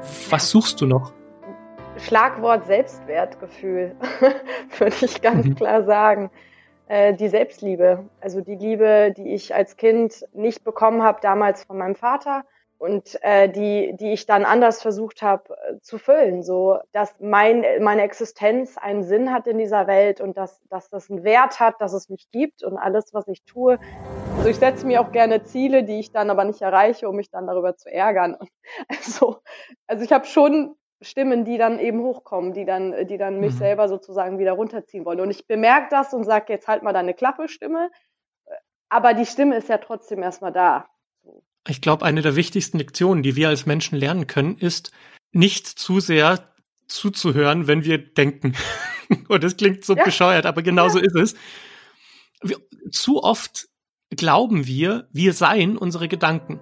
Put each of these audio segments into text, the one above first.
Was suchst du noch? Schlagwort Selbstwertgefühl, würde ich ganz klar sagen. Die Selbstliebe, also die Liebe, die ich als Kind nicht bekommen habe, damals von meinem Vater und die ich dann anders versucht habe zu füllen, so dass meine Existenz einen Sinn hat in dieser Welt und dass das einen Wert hat, dass es mich gibt und alles, was ich tue. Also ich setze mir auch gerne Ziele, die ich dann aber nicht erreiche, um mich dann darüber zu ärgern. Und also ich habe schon Stimmen, die dann eben hochkommen, die dann mich selber sozusagen wieder runterziehen wollen. Und ich bemerke das und sage, jetzt halt mal deine Klappe, Stimme. Aber die Stimme ist ja trotzdem erstmal da. Ich glaube, eine der wichtigsten Lektionen, die wir als Menschen lernen können, ist, nicht zu sehr zuzuhören, wenn wir denken. Und das klingt so bescheuert, aber genauso ist es. Zu oft glauben wir seien unsere Gedanken.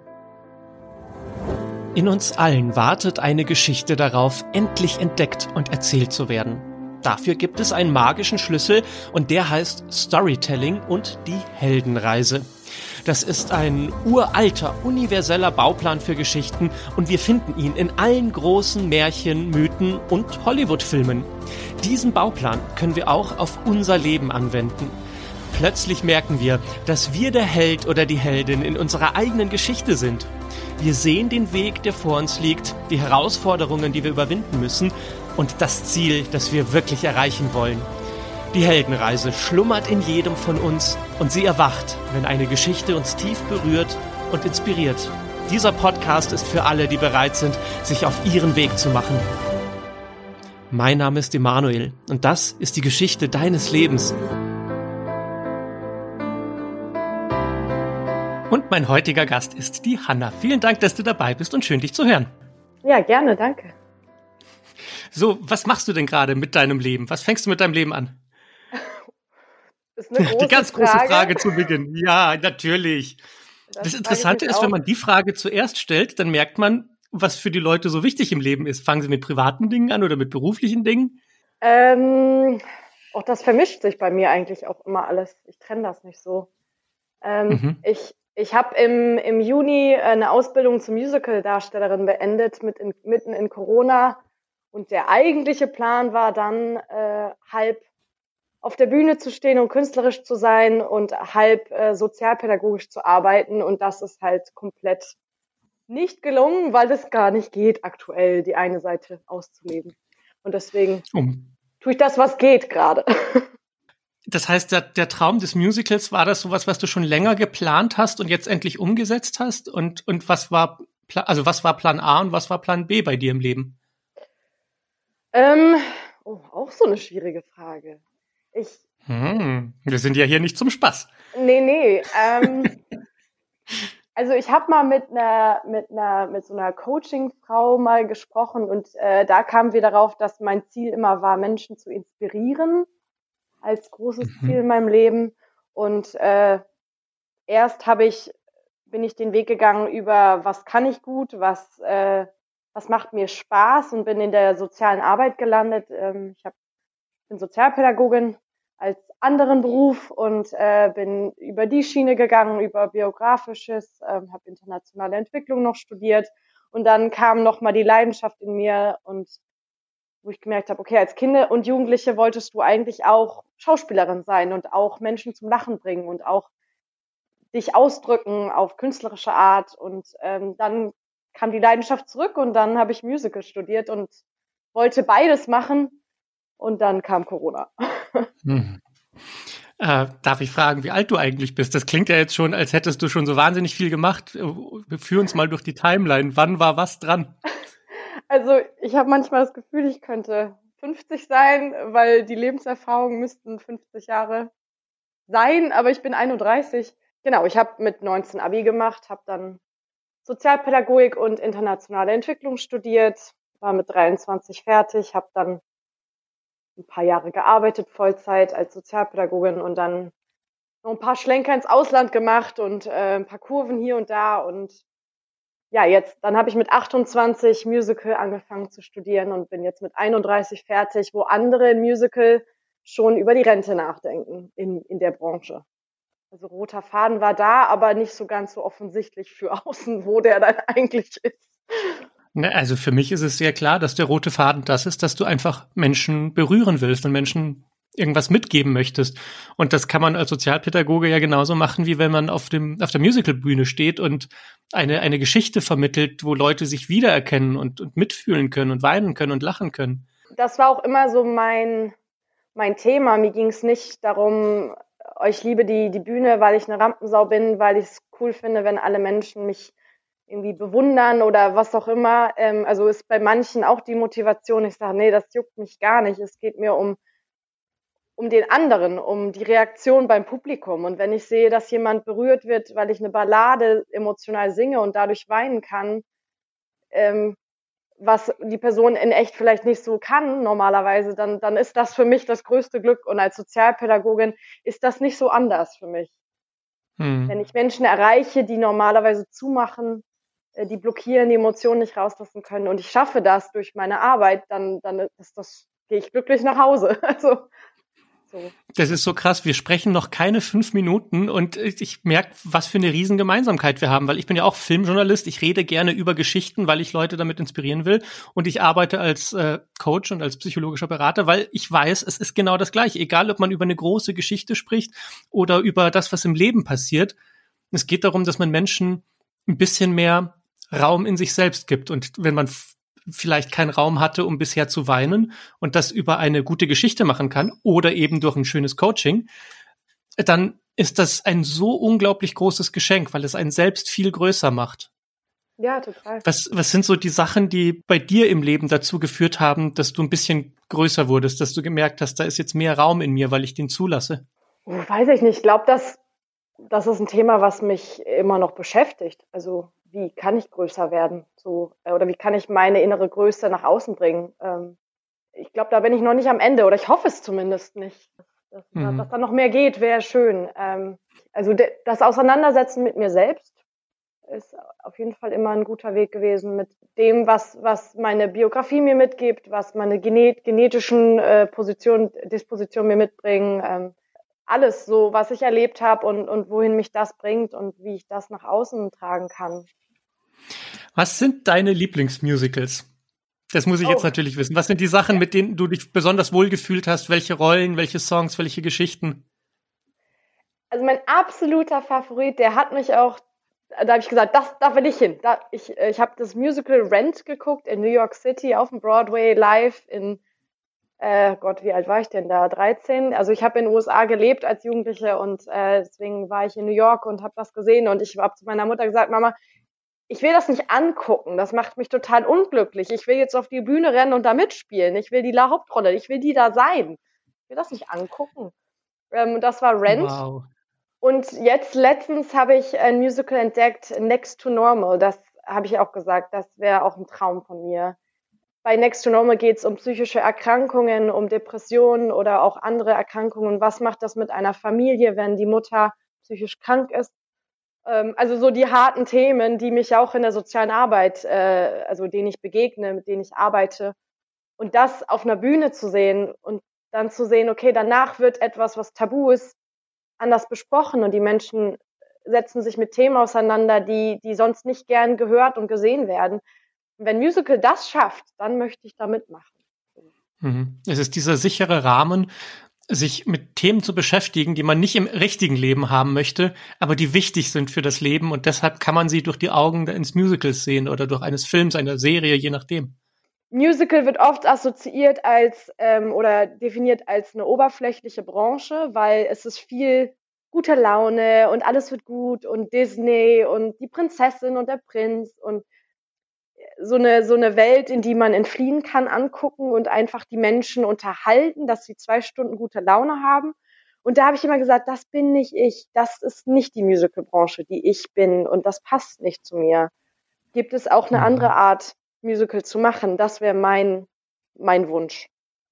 In uns allen wartet eine Geschichte darauf, endlich entdeckt und erzählt zu werden. Dafür gibt es einen magischen Schlüssel und der heißt Storytelling und die Heldenreise. Das ist ein uralter, universeller Bauplan für Geschichten und wir finden ihn in allen großen Märchen, Mythen und Hollywood-Filmen. Diesen Bauplan können wir auch auf unser Leben anwenden. Plötzlich merken wir, dass wir der Held oder die Heldin in unserer eigenen Geschichte sind. Wir sehen den Weg, der vor uns liegt, die Herausforderungen, die wir überwinden müssen und das Ziel, das wir wirklich erreichen wollen. Die Heldenreise schlummert in jedem von uns und sie erwacht, wenn eine Geschichte uns tief berührt und inspiriert. Dieser Podcast ist für alle, die bereit sind, sich auf ihren Weg zu machen. Mein Name ist Emanuel und das ist die Geschichte deines Lebens. Und mein heutiger Gast ist die Hanna. Vielen Dank, dass du dabei bist und schön, dich zu hören. Ja, gerne, danke. So, was machst du denn gerade mit deinem Leben? Was fängst du mit deinem Leben an? Das ist eine große die ganz Frage. Große Frage zu Beginn. Ja, natürlich. Das Interessante ist, wenn man die Frage zuerst stellt, dann merkt man, was für die Leute so wichtig im Leben ist. Fangen sie mit privaten Dingen an oder mit beruflichen Dingen? Auch das vermischt sich bei mir eigentlich auch immer alles. Ich trenne das nicht so. Ich habe im Juni eine Ausbildung zur Musical-Darstellerin beendet, mitten in Corona. Und der eigentliche Plan war dann, halb auf der Bühne zu stehen und künstlerisch zu sein und halb sozialpädagogisch zu arbeiten. Und das ist halt komplett nicht gelungen, weil es gar nicht geht, aktuell die eine Seite auszuleben. Und deswegen tue ich das, was geht gerade. Das heißt, der Traum des Musicals, war das sowas, was du schon länger geplant hast und jetzt endlich umgesetzt hast? Und was war Plan A und was war Plan B bei dir im Leben? Auch so eine schwierige Frage. Wir sind ja hier nicht zum Spaß. Nee. Also ich habe mal mit so einer Coaching-Frau mal gesprochen und da kamen wir darauf, dass mein Ziel immer war, Menschen zu inspirieren als großes Ziel in meinem Leben. Und erst bin ich den Weg gegangen über, was kann ich gut, was macht mir Spaß und bin in der sozialen Arbeit gelandet. Bin Sozialpädagogin als anderen Beruf und bin über die Schiene gegangen, über Biografisches, habe internationale Entwicklung noch studiert und dann kam noch mal die Leidenschaft in mir und wo ich gemerkt habe, okay, als Kinder und Jugendliche wolltest du eigentlich auch Schauspielerin sein und auch Menschen zum Lachen bringen und auch dich ausdrücken auf künstlerische Art und dann kam die Leidenschaft zurück und dann habe ich Musical studiert und wollte beides machen und dann kam Corona. Darf ich fragen, wie alt du eigentlich bist? Das klingt ja jetzt schon, als hättest du schon so wahnsinnig viel gemacht. Führ uns mal durch die Timeline. Wann war was dran? Also ich habe manchmal das Gefühl, ich könnte 50 sein, weil die Lebenserfahrungen müssten 50 Jahre sein, aber ich bin 31. Genau, ich habe mit 19 Abi gemacht, habe dann Sozialpädagogik und internationale Entwicklung studiert, war mit 23 fertig, habe dann ein paar Jahre gearbeitet, Vollzeit als Sozialpädagogin und dann noch ein paar Schlenker ins Ausland gemacht und ein paar Kurven hier und da und ja, dann habe ich mit 28 Musical angefangen zu studieren und bin jetzt mit 31 fertig, wo andere im Musical schon über die Rente nachdenken in der Branche. Also roter Faden war da, aber nicht so ganz so offensichtlich für außen, wo der dann eigentlich ist. Ne, also für mich ist es sehr klar, dass der rote Faden das ist, dass du einfach Menschen berühren willst und Menschen irgendwas mitgeben möchtest. Und das kann man als Sozialpädagoge ja genauso machen, wie wenn man auf der Musicalbühne steht und eine Geschichte vermittelt, wo Leute sich wiedererkennen und mitfühlen können und weinen können und lachen können. Das war auch immer so mein Thema. Mir ging es nicht darum, ich liebe die Bühne, weil ich eine Rampensau bin, weil ich es cool finde, wenn alle Menschen mich irgendwie bewundern oder was auch immer. Also ist bei manchen auch die Motivation. Ich sage, nee, das juckt mich gar nicht. Es geht mir um den anderen, um die Reaktion beim Publikum. Und wenn ich sehe, dass jemand berührt wird, weil ich eine Ballade emotional singe und dadurch weinen kann, was die Person in echt vielleicht nicht so kann normalerweise, dann ist das für mich das größte Glück. Und als Sozialpädagogin ist das nicht so anders für mich. Wenn ich Menschen erreiche, die normalerweise zumachen, die blockieren, die Emotionen nicht rauslassen können und ich schaffe das durch meine Arbeit, dann gehe ich glücklich nach Hause. Also so. Das ist so krass. Wir sprechen noch keine 5 Minuten und ich merke, was für eine riesen Gemeinsamkeit wir haben, weil ich bin ja auch Filmjournalist. Ich rede gerne über Geschichten, weil ich Leute damit inspirieren will. Und ich arbeite als Coach und als psychologischer Berater, weil ich weiß, es ist genau das Gleiche. Egal, ob man über eine große Geschichte spricht oder über das, was im Leben passiert. Es geht darum, dass man Menschen ein bisschen mehr Raum in sich selbst gibt. Und wenn man vielleicht keinen Raum hatte, um bisher zu weinen und das über eine gute Geschichte machen kann oder eben durch ein schönes Coaching, dann ist das ein so unglaublich großes Geschenk, weil es einen selbst viel größer macht. Ja, total. Was sind so die Sachen, die bei dir im Leben dazu geführt haben, dass du ein bisschen größer wurdest, dass du gemerkt hast, da ist jetzt mehr Raum in mir, weil ich den zulasse? Weiß ich nicht. Ich glaube, das ist ein Thema, was mich immer noch beschäftigt. Also wie kann ich größer werden? Oder wie kann ich meine innere Größe nach außen bringen? Ich glaube, da bin ich noch nicht am Ende oder ich hoffe es zumindest nicht. Dass da noch mehr geht, wäre schön. Also das Auseinandersetzen mit mir selbst ist auf jeden Fall immer ein guter Weg gewesen mit dem, was meine Biografie mir mitgibt, was meine genetischen Dispositionen mir mitbringen. Alles so, was ich erlebt habe und wohin mich das bringt und wie ich das nach außen tragen kann. Was sind deine Lieblingsmusicals? Das muss ich jetzt natürlich wissen. Was sind die Sachen, mit denen du dich besonders wohlgefühlt hast? Welche Rollen, welche Songs, welche Geschichten? Also mein absoluter Favorit, der hat mich auch, da habe ich gesagt, da will ich hin. Ich habe das Musical Rent geguckt in New York City auf dem Broadway live in wie alt war ich denn da? 13. Also ich habe in den USA gelebt als Jugendliche und deswegen war ich in New York und habe das gesehen und ich habe zu meiner Mutter gesagt, Mama, ich will das nicht angucken, das macht mich total unglücklich. Ich will jetzt auf die Bühne rennen und da mitspielen. Ich will die Hauptrolle, ich will die da sein. Ich will das nicht angucken. Das war Rent. Wow. Und jetzt letztens habe ich ein Musical entdeckt, Next to Normal. Das habe ich auch gesagt, das wäre auch ein Traum von mir. Bei Next to Normal geht es um psychische Erkrankungen, um Depressionen oder auch andere Erkrankungen. Was macht das mit einer Familie, wenn die Mutter psychisch krank ist? Also so die harten Themen, die mich auch in der sozialen Arbeit, also denen ich begegne, mit denen ich arbeite. Und das auf einer Bühne zu sehen und dann zu sehen, okay, danach wird etwas, was tabu ist, anders besprochen und die Menschen setzen sich mit Themen auseinander, die sonst nicht gern gehört und gesehen werden. Und wenn Musical das schafft, dann möchte ich da mitmachen. Es ist dieser sichere Rahmen, sich mit Themen zu beschäftigen, die man nicht im richtigen Leben haben möchte, aber die wichtig sind für das Leben und deshalb kann man sie durch die Augen eines Musicals sehen oder durch eines Films, einer Serie, je nachdem. Musical wird oft assoziiert als oder definiert als eine oberflächliche Branche, weil es ist viel gute Laune und alles wird gut und Disney und die Prinzessin und der Prinz und so eine Welt, in die man entfliehen kann, angucken und einfach die Menschen unterhalten, dass sie 2 Stunden gute Laune haben. Und da habe ich immer gesagt, das bin nicht ich, das ist nicht die Musical-Branche, die ich bin und das passt nicht zu mir. Gibt es auch eine andere Art, Musical zu machen? Das wäre mein Wunsch.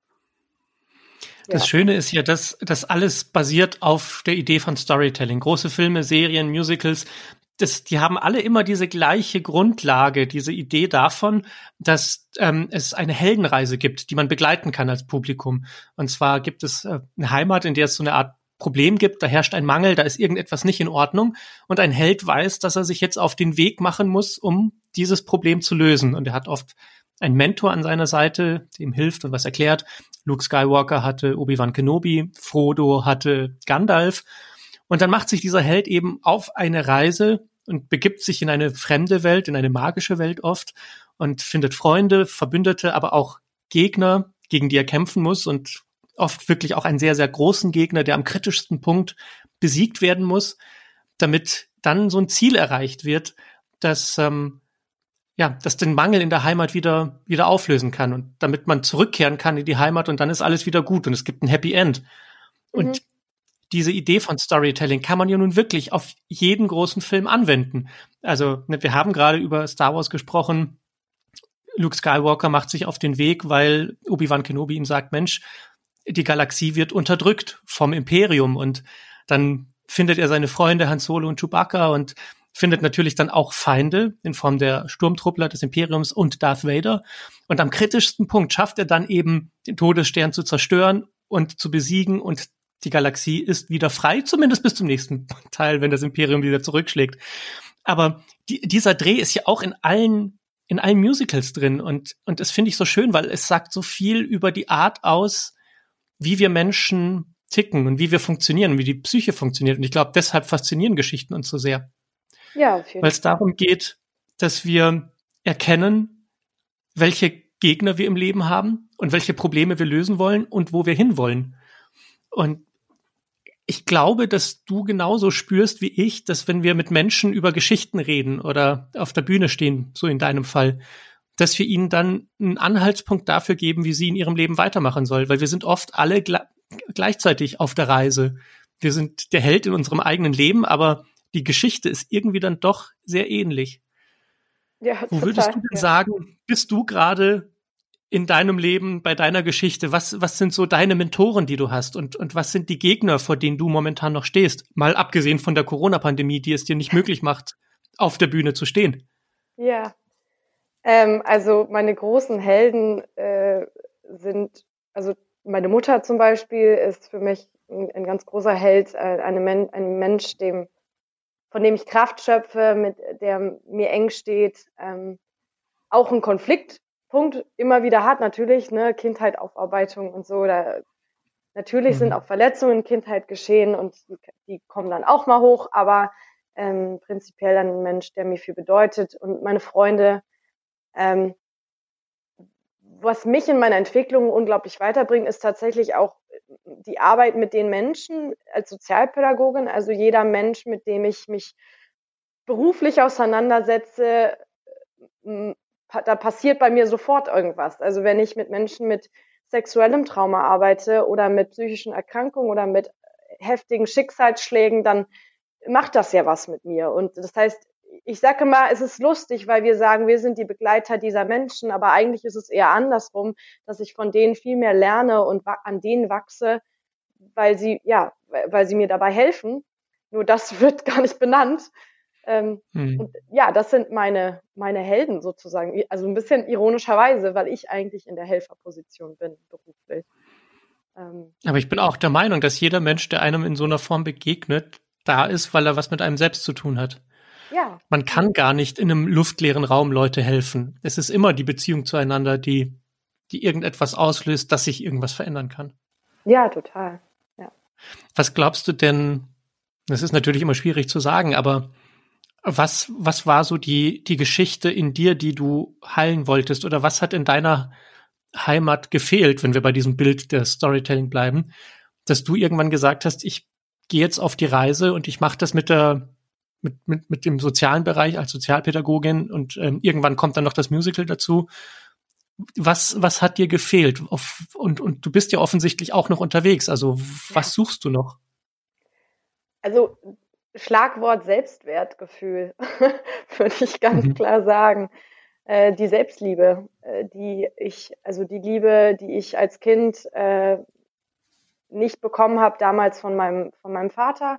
Das Schöne ist ja, dass das alles basiert auf der Idee von Storytelling. Große Filme, Serien, Musicals, die haben alle immer diese gleiche Grundlage, diese Idee davon, dass es eine Heldenreise gibt, die man begleiten kann als Publikum. Und zwar gibt es eine Heimat, in der es so eine Art Problem gibt, da herrscht ein Mangel, da ist irgendetwas nicht in Ordnung und ein Held weiß, dass er sich jetzt auf den Weg machen muss, um dieses Problem zu lösen. Und er hat oft einen Mentor an seiner Seite, der ihm hilft und was erklärt. Luke Skywalker hatte Obi-Wan Kenobi, Frodo hatte Gandalf. Und dann macht sich dieser Held eben auf eine Reise und begibt sich in eine fremde Welt, in eine magische Welt oft und findet Freunde, Verbündete, aber auch Gegner, gegen die er kämpfen muss und oft wirklich auch einen sehr, sehr großen Gegner, der am kritischsten Punkt besiegt werden muss, damit dann so ein Ziel erreicht wird, das den Mangel in der Heimat wieder auflösen kann und damit man zurückkehren kann in die Heimat und dann ist alles wieder gut und es gibt ein Happy End. Und diese Idee von Storytelling kann man ja nun wirklich auf jeden großen Film anwenden. Also, wir haben gerade über Star Wars gesprochen. Luke Skywalker macht sich auf den Weg, weil Obi-Wan Kenobi ihm sagt, Mensch, die Galaxie wird unterdrückt vom Imperium und dann findet er seine Freunde Han Solo und Chewbacca und findet natürlich dann auch Feinde in Form der Sturmtruppler des Imperiums und Darth Vader. Und am kritischsten Punkt schafft er dann eben, den Todesstern zu zerstören und zu besiegen und die Galaxie ist wieder frei, zumindest bis zum nächsten Teil, wenn das Imperium wieder zurückschlägt. Aber dieser Dreh ist ja auch in allen Musicals drin und das finde ich so schön, weil es sagt so viel über die Art aus, wie wir Menschen ticken und wie wir funktionieren, wie die Psyche funktioniert. Und ich glaube, deshalb faszinieren Geschichten uns so sehr. Ja, auf jeden Fall. Weil es darum geht, dass wir erkennen, welche Gegner wir im Leben haben und welche Probleme wir lösen wollen und wo wir hinwollen. Und ich glaube, dass du genauso spürst wie ich, dass wenn wir mit Menschen über Geschichten reden oder auf der Bühne stehen, so in deinem Fall, dass wir ihnen dann einen Anhaltspunkt dafür geben, wie sie in ihrem Leben weitermachen sollen. Weil wir sind oft alle gleichzeitig auf der Reise. Wir sind der Held in unserem eigenen Leben, aber die Geschichte ist irgendwie dann doch sehr ähnlich. Ja, total. Wo würdest du denn sagen, bist du gerade in deinem Leben, bei deiner Geschichte? Was sind so deine Mentoren, die du hast? Und was sind die Gegner, vor denen du momentan noch stehst? Mal abgesehen von der Corona-Pandemie, die es dir nicht möglich macht, auf der Bühne zu stehen. Ja, also meine großen Helden sind, also meine Mutter zum Beispiel ist für mich ein ganz großer Held, ein Mensch, von dem ich Kraft schöpfe, mit der mir eng steht, auch ein Konfliktpunkt immer wieder hat, natürlich, ne, Kindheit, Aufarbeitung und so, natürlich sind auch Verletzungen in Kindheit geschehen und die kommen dann auch mal hoch, aber prinzipiell ein Mensch, der mir viel bedeutet und meine Freunde, was mich in meiner Entwicklung unglaublich weiterbringt, ist tatsächlich auch die Arbeit mit den Menschen als Sozialpädagogin, also jeder Mensch, mit dem ich mich beruflich auseinandersetze, da passiert bei mir sofort irgendwas. Also wenn ich mit Menschen mit sexuellem Trauma arbeite oder mit psychischen Erkrankungen oder mit heftigen Schicksalsschlägen, dann macht das ja was mit mir. Und das heißt, ich sage mal, es ist lustig, weil wir sagen, wir sind die Begleiter dieser Menschen, aber eigentlich ist es eher andersrum, dass ich von denen viel mehr lerne und an denen wachse, weil sie mir dabei helfen. Nur das wird gar nicht benannt. Und ja, das sind meine Helden sozusagen. Also ein bisschen ironischerweise, weil ich eigentlich in der Helferposition bin, beruflich. Aber ich bin auch der Meinung, dass jeder Mensch, der einem in so einer Form begegnet, da ist, weil er was mit einem selbst zu tun hat. Ja. Man kann gar nicht in einem luftleeren Raum Leute helfen. Es ist immer die Beziehung zueinander, die irgendetwas auslöst, dass sich irgendwas verändern kann. Ja, total. Ja. Was glaubst du denn, das ist natürlich immer schwierig zu sagen, aber was war so die Geschichte in dir, die du heilen wolltest? Oder was hat in deiner Heimat gefehlt, wenn wir bei diesem Bild der Storytelling bleiben, dass du irgendwann gesagt hast, ich gehe jetzt auf die Reise und ich mache das mit dem sozialen Bereich als Sozialpädagogin und irgendwann kommt dann noch das Musical dazu. Was hat dir gefehlt? Und du bist ja offensichtlich auch noch unterwegs. Also was suchst du noch? Also Schlagwort Selbstwertgefühl, würde ich ganz klar sagen. Die Selbstliebe, die Liebe, die ich als Kind nicht bekommen habe, damals von meinem Vater,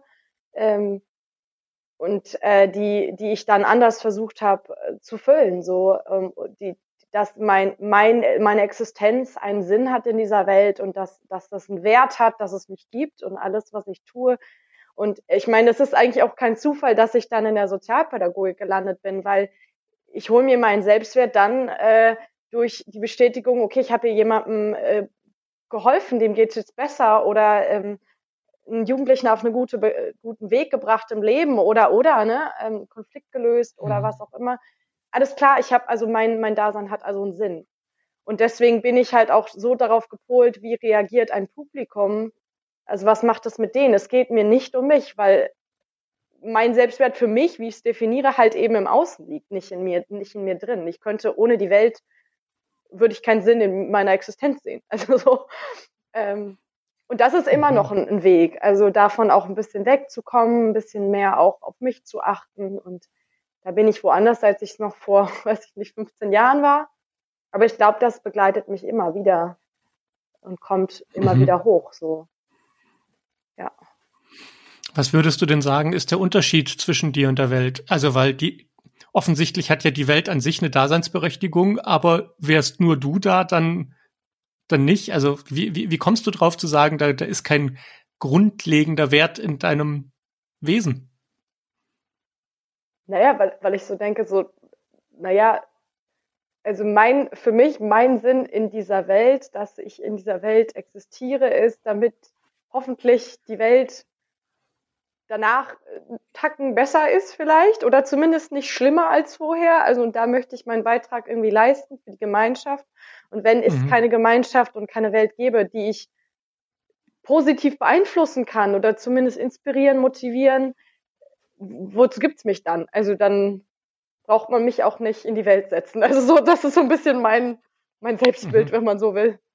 und die ich dann anders versucht habe zu füllen, so dass meine Existenz einen Sinn hat in dieser Welt und dass das einen Wert hat, dass es mich gibt und alles, was ich tue. Und ich meine, es ist eigentlich auch kein Zufall, dass ich dann in der Sozialpädagogik gelandet bin, weil ich hole mir meinen Selbstwert dann durch die Bestätigung, okay, ich habe hier jemandem geholfen, dem geht es jetzt besser, oder einen Jugendlichen auf einen guten Weg gebracht im Leben, oder ne, Konflikt gelöst oder was auch immer. Alles klar, ich habe also mein Dasein hat also einen Sinn. Und deswegen bin ich halt auch so darauf gepolt, wie reagiert ein Publikum. Also was macht das mit denen? Es geht mir nicht um mich, weil mein Selbstwert für mich, wie ich es definiere, halt eben im Außen liegt, nicht in mir drin. Ich könnte ohne die Welt, würde ich keinen Sinn in meiner Existenz sehen. Also so, und das ist immer noch ein Weg. Also davon auch ein bisschen wegzukommen, ein bisschen mehr auch auf mich zu achten. Und da bin ich woanders, als ich es noch vor, weiß ich nicht, 15 Jahren war. Aber ich glaube, das begleitet mich immer wieder und kommt immer wieder hoch, so. Ja. Was würdest du denn sagen, ist der Unterschied zwischen dir und der Welt? Also, weil offensichtlich hat ja die Welt an sich eine Daseinsberechtigung, aber wärst nur du da, dann nicht? Also, wie kommst du drauf zu sagen, da ist kein grundlegender Wert in deinem Wesen? Naja, weil ich so denke, also für mich, mein Sinn in dieser Welt, dass ich in dieser Welt existiere, ist, damit hoffentlich die Welt danach einen Tacken besser ist vielleicht oder zumindest nicht schlimmer als vorher. Also und da möchte ich meinen Beitrag irgendwie leisten für die Gemeinschaft. Und wenn es keine Gemeinschaft und keine Welt gäbe, die ich positiv beeinflussen kann oder zumindest inspirieren, motivieren, wozu gibt's mich dann? Also dann braucht man mich auch nicht in die Welt setzen. Also so, das ist so ein bisschen mein Selbstbild, wenn man so will.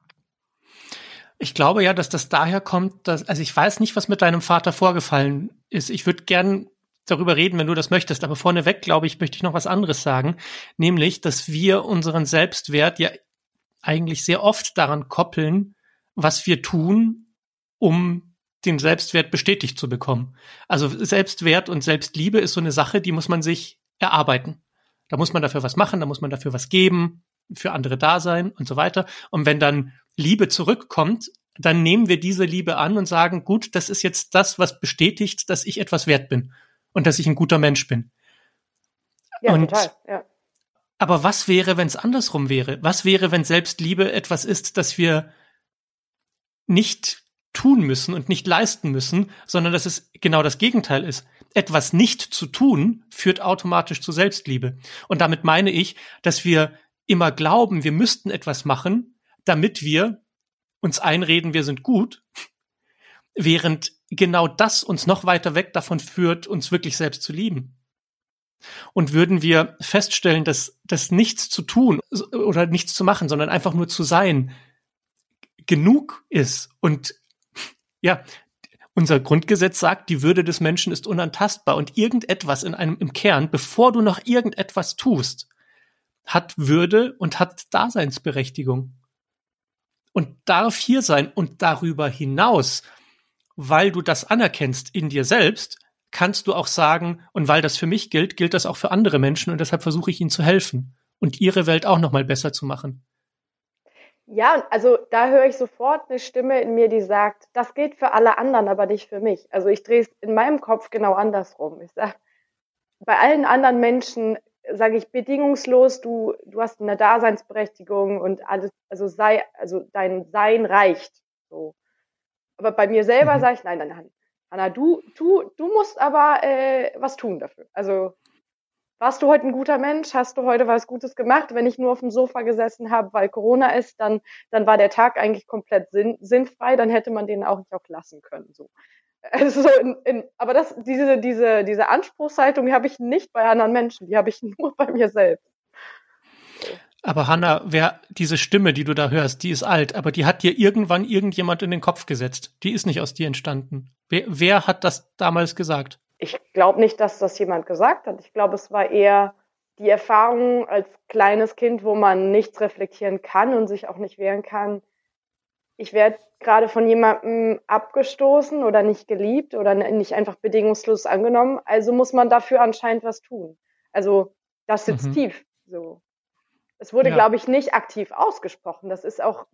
Ich glaube ja, dass das daher kommt, also ich weiß nicht, was mit deinem Vater vorgefallen ist. Ich würde gern darüber reden, wenn du das möchtest. Aber vorneweg, glaube ich, möchte ich noch was anderes sagen. Nämlich, dass wir unseren Selbstwert ja eigentlich sehr oft daran koppeln, was wir tun, um den Selbstwert bestätigt zu bekommen. Also Selbstwert und Selbstliebe ist so eine Sache, die muss man sich erarbeiten. Da muss man dafür was machen, da muss man dafür was geben, für andere da sein und so weiter. Und wenn dann Liebe zurückkommt, dann nehmen wir diese Liebe an und sagen, gut, das ist jetzt das, was bestätigt, dass ich etwas wert bin und dass ich ein guter Mensch bin. Ja, und, total, ja. Aber was wäre, wenn es andersrum wäre? Was wäre, wenn Selbstliebe etwas ist, das wir nicht tun müssen und nicht leisten müssen, sondern dass es genau das Gegenteil ist. Etwas nicht zu tun führt automatisch zu Selbstliebe. Und damit meine ich, dass wir immer glauben, wir müssten etwas machen, damit wir uns einreden, wir sind gut, während genau das uns noch weiter weg davon führt, uns wirklich selbst zu lieben. Und würden wir feststellen, dass das nichts zu tun oder nichts zu machen, sondern einfach nur zu sein, genug ist. Und ja, unser Grundgesetz sagt, die Würde des Menschen ist unantastbar. Und irgendetwas im Kern, bevor du noch irgendetwas tust, hat Würde und hat Daseinsberechtigung. Und darf hier sein. Und darüber hinaus, weil du das anerkennst in dir selbst, kannst du auch sagen, und weil das für mich gilt, gilt das auch für andere Menschen. Und deshalb versuche ich ihnen zu helfen und ihre Welt auch noch mal besser zu machen. Ja, also da höre ich sofort eine Stimme in mir, die sagt, das gilt für alle anderen, aber nicht für mich. Also ich drehe es in meinem Kopf genau andersrum. Ich sage, bei allen anderen Menschen sage ich bedingungslos, du hast eine Daseinsberechtigung und alles, also dein Sein reicht. So. Aber bei mir selber sage ich, nein, Hanna, du musst aber was tun dafür. Also warst du heute ein guter Mensch? Hast du heute was Gutes gemacht? Wenn ich nur auf dem Sofa gesessen habe, weil Corona ist, dann war der Tag eigentlich komplett sinnfrei. Dann hätte man den auch nicht auch lassen können. So. Also aber diese Anspruchshaltung, die habe ich nicht bei anderen Menschen. Die habe ich nur bei mir selbst. Aber Hanna, diese Stimme, die du da hörst, die ist alt, aber die hat dir irgendwann irgendjemand in den Kopf gesetzt. Die ist nicht aus dir entstanden. Wer hat das damals gesagt? Ich glaube nicht, dass das jemand gesagt hat. Ich glaube, es war eher die Erfahrung als kleines Kind, wo man nichts reflektieren kann und sich auch nicht wehren kann. Ich werde gerade von jemandem abgestoßen oder nicht geliebt oder nicht einfach bedingungslos angenommen. Also muss man dafür anscheinend was tun. Also das sitzt tief. So. Es wurde, glaube ich, nicht aktiv ausgesprochen. Das ist auch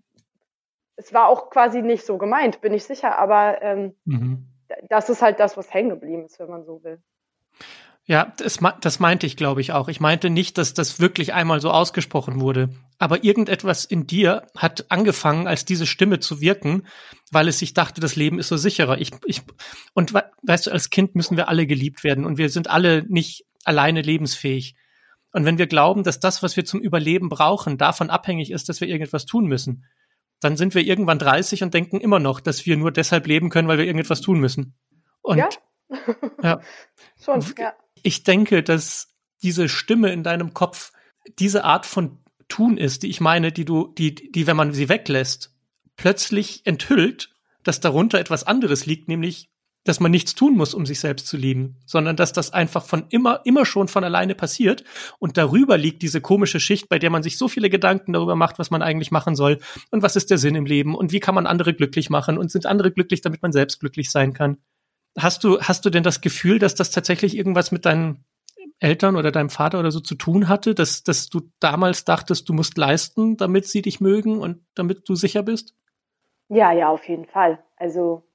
es war auch quasi nicht so gemeint, bin ich sicher. Aber das ist halt das, was hängen geblieben ist, wenn man so will. Ja, das meinte ich, glaube ich, auch. Ich meinte nicht, dass das wirklich einmal so ausgesprochen wurde. Aber irgendetwas in dir hat angefangen, als diese Stimme zu wirken, weil es sich dachte, das Leben ist so sicherer. Weißt du, als Kind müssen wir alle geliebt werden und wir sind alle nicht alleine lebensfähig. Und wenn wir glauben, dass das, was wir zum Überleben brauchen, davon abhängig ist, dass wir irgendetwas tun müssen, dann sind wir irgendwann 30 und denken immer noch, dass wir nur deshalb leben können, weil wir irgendetwas tun müssen. Und Ja? ja. Schon, ja. Ich denke, dass diese Stimme in deinem Kopf diese Art von Tun ist, die ich meine, die, wenn man sie weglässt, plötzlich enthüllt, dass darunter etwas anderes liegt, nämlich, dass man nichts tun muss, um sich selbst zu lieben, sondern dass das einfach von immer schon von alleine passiert und darüber liegt diese komische Schicht, bei der man sich so viele Gedanken darüber macht, was man eigentlich machen soll und was ist der Sinn im Leben und wie kann man andere glücklich machen und sind andere glücklich, damit man selbst glücklich sein kann. Hast du denn das Gefühl, dass das tatsächlich irgendwas mit deinen Eltern oder deinem Vater oder so zu tun hatte, dass du damals dachtest, du musst leisten, damit sie dich mögen und damit du sicher bist? Ja, auf jeden Fall. Also,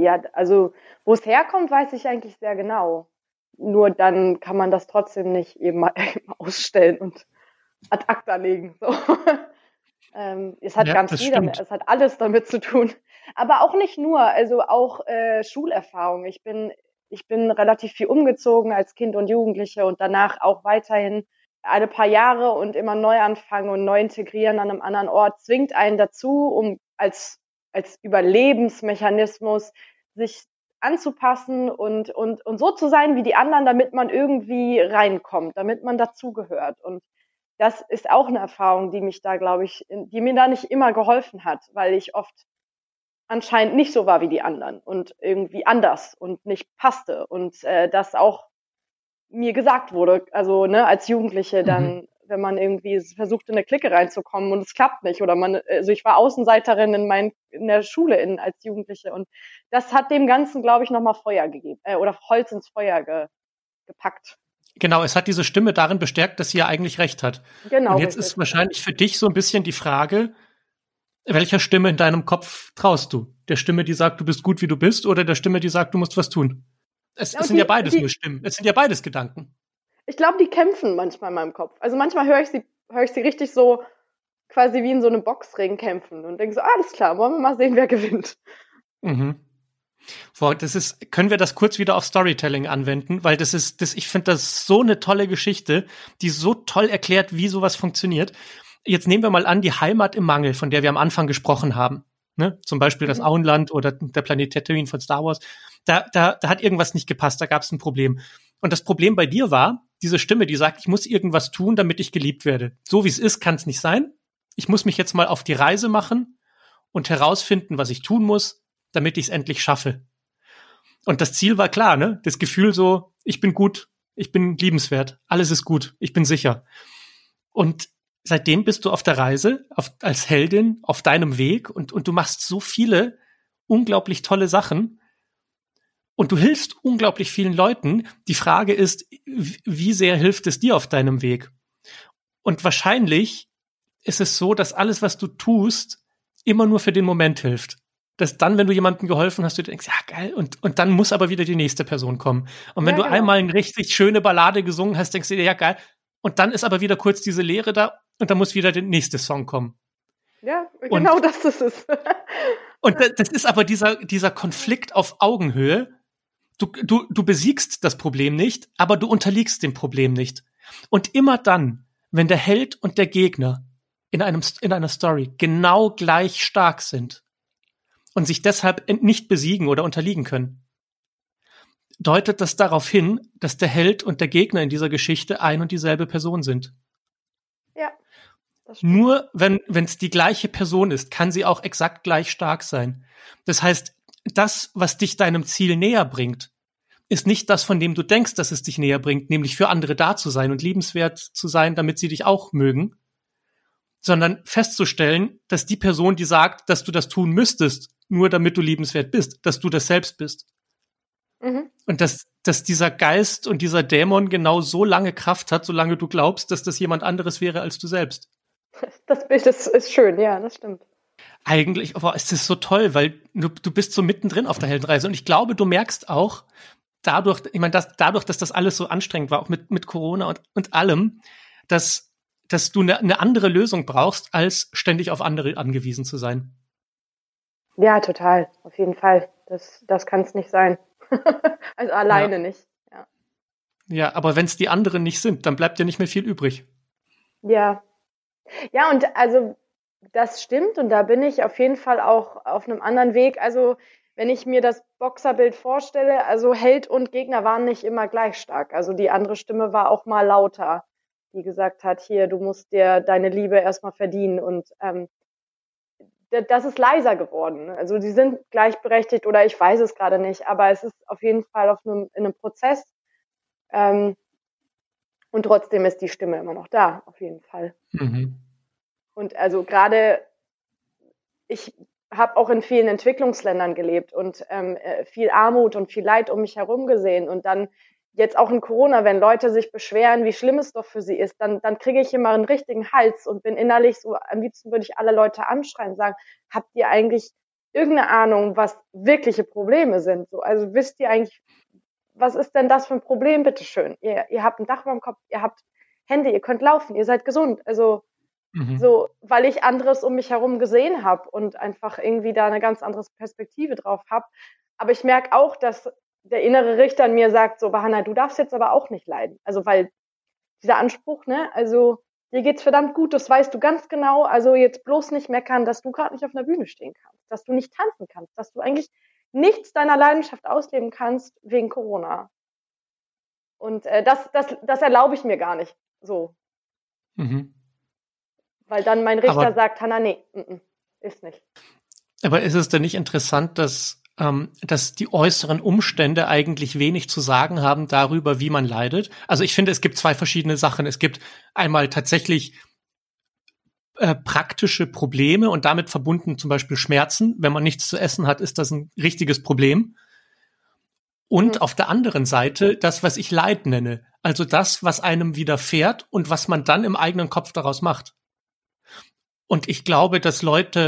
wo es herkommt, weiß ich eigentlich sehr genau. Nur dann kann man das trotzdem nicht eben mal ausstellen und ad acta legen. So. Es hat es hat alles damit zu tun. Aber auch nicht nur, also auch Schulerfahrung. Ich bin relativ viel umgezogen als Kind und Jugendliche und danach auch weiterhin alle paar Jahre und immer neu anfangen und neu integrieren an einem anderen Ort zwingt einen dazu, um als Überlebensmechanismus sich anzupassen und so zu sein wie die anderen, damit man irgendwie reinkommt, damit man dazugehört. Und das ist auch eine Erfahrung, die mich da, glaube ich, die mir da nicht immer geholfen hat, weil ich oft anscheinend nicht so war wie die anderen und irgendwie anders und nicht passte und das auch mir gesagt wurde, also als Jugendliche dann, wenn man irgendwie versucht, in eine Clique reinzukommen und es klappt nicht oder also ich war Außenseiterin in der Schule als Jugendliche und das hat dem Ganzen, glaube ich, nochmal Feuer gegeben oder Holz ins Feuer gepackt. Genau, es hat diese Stimme darin bestärkt, dass sie ja eigentlich recht hat. Genau. Und jetzt ist wahrscheinlich für dich so ein bisschen die Frage, welcher Stimme in deinem Kopf traust du? Der Stimme, die sagt, du bist gut, wie du bist, oder der Stimme, die sagt, du musst was tun? Es sind ja beides nur Stimmen. Es sind ja beides Gedanken. Ich glaube, die kämpfen manchmal in meinem Kopf. Also manchmal höre ich sie richtig so quasi wie in so einem Boxring kämpfen und denke so, alles klar, wollen wir mal sehen, wer gewinnt. Mhm. Können wir das kurz wieder auf Storytelling anwenden, weil ich finde das so eine tolle Geschichte, die so toll erklärt, wie sowas funktioniert. Jetzt nehmen wir mal an, die Heimat im Mangel, von der wir am Anfang gesprochen haben. Ne? Zum Beispiel das Auenland oder der Planet Tatooine von Star Wars. Da hat irgendwas nicht gepasst, da gab es ein Problem. Und das Problem bei dir war, diese Stimme, die sagt, ich muss irgendwas tun, damit ich geliebt werde. So wie es ist, kann es nicht sein. Ich muss mich jetzt mal auf die Reise machen und herausfinden, was ich tun muss, damit ich es endlich schaffe. Und das Ziel war klar, ne? Das Gefühl so, ich bin gut, ich bin liebenswert, alles ist gut, ich bin sicher. Und seitdem bist du auf der Reise, als Heldin, auf deinem Weg und du machst so viele unglaublich tolle Sachen und du hilfst unglaublich vielen Leuten. Die Frage ist, wie sehr hilft es dir auf deinem Weg? Und wahrscheinlich ist es so, dass alles, was du tust, immer nur für den Moment hilft. Dass dann, wenn du jemandem geholfen hast, du denkst, ja geil, und dann muss aber wieder die nächste Person kommen. Und wenn du einmal eine richtig schöne Ballade gesungen hast, denkst du dir, ja geil, und dann ist aber wieder kurz diese Leere da und dann muss wieder der nächste Song kommen. Ja, genau das ist es. Und das ist aber dieser Konflikt auf Augenhöhe. Du besiegst das Problem nicht, aber du unterliegst dem Problem nicht. Und immer dann, wenn der Held und der Gegner in einer Story genau gleich stark sind und sich deshalb nicht besiegen oder unterliegen können, deutet das darauf hin, dass der Held und der Gegner in dieser Geschichte ein und dieselbe Person sind. Ja. Das stimmt. Nur wenn es die gleiche Person ist, kann sie auch exakt gleich stark sein. Das heißt, das, was dich deinem Ziel näher bringt, ist nicht das, von dem du denkst, dass es dich näher bringt, nämlich für andere da zu sein und liebenswert zu sein, damit sie dich auch mögen, sondern festzustellen, dass die Person, die sagt, dass du das tun müsstest, nur damit du liebenswert bist, dass du das selbst bist. Und dass dieser Geist und dieser Dämon genau so lange Kraft hat, solange du glaubst, dass das jemand anderes wäre als du selbst. Das Bild ist schön, ja, das stimmt. Eigentlich, aber es ist so toll, weil du bist so mittendrin auf der Heldenreise. Und ich glaube, du merkst auch, dadurch, ich meine, dadurch, dass das alles so anstrengend war, auch mit Corona und allem, dass du eine andere Lösung brauchst, als ständig auf andere angewiesen zu sein. Ja, total. Auf jeden Fall. Das kann es nicht sein. Also alleine nicht. Ja. Ja, aber wenn es die anderen nicht sind, dann bleibt ja nicht mehr viel übrig. Ja. Ja, und also das stimmt und da bin ich auf jeden Fall auch auf einem anderen Weg. Also wenn ich mir das Boxerbild vorstelle, also Held und Gegner waren nicht immer gleich stark. Also die andere Stimme war auch mal lauter, die gesagt hat, hier, du musst dir deine Liebe erstmal verdienen. Und das ist leiser geworden. Also die sind gleichberechtigt oder ich weiß es gerade nicht, aber es ist auf jeden Fall in einem Prozess. Ähm, und trotzdem ist die Stimme immer noch da, auf jeden Fall. Mhm. Und also gerade, ich habe auch in vielen Entwicklungsländern gelebt und viel Armut und viel Leid um mich herum gesehen. Und dann jetzt auch in Corona, wenn Leute sich beschweren, wie schlimm es doch für sie ist, dann kriege ich immer einen richtigen Hals und bin innerlich so, am liebsten würde ich alle Leute anschreien und sagen, habt ihr eigentlich irgendeine Ahnung, was wirkliche Probleme sind? So, also wisst ihr eigentlich, was ist denn das für ein Problem, bitteschön? Ihr habt ein Dach über dem Kopf, ihr habt Hände, ihr könnt laufen, ihr seid gesund. Also so, weil ich anderes um mich herum gesehen habe und einfach irgendwie da eine ganz andere Perspektive drauf habe. Aber ich merke auch, dass der innere Richter in mir sagt, so, Bahana, du darfst jetzt aber auch nicht leiden. Also, weil dieser Anspruch, ne, also dir geht's verdammt gut, das weißt du ganz genau, also jetzt bloß nicht meckern, dass du gerade nicht auf einer Bühne stehen kannst, dass du nicht tanzen kannst, dass du eigentlich nichts deiner Leidenschaft ausleben kannst wegen Corona. Und das erlaube ich mir gar nicht so. Mhm. Weil dann mein Richter sagt, Hanna, nee, ist nicht. Aber ist es denn nicht interessant, dass die äußeren Umstände eigentlich wenig zu sagen haben darüber, wie man leidet? Also ich finde, es gibt zwei verschiedene Sachen. Es gibt einmal tatsächlich praktische Probleme und damit verbunden zum Beispiel Schmerzen. Wenn man nichts zu essen hat, ist das ein richtiges Problem. Und auf der anderen Seite das, was ich Leid nenne. Also das, was einem widerfährt und was man dann im eigenen Kopf daraus macht. Und ich glaube, dass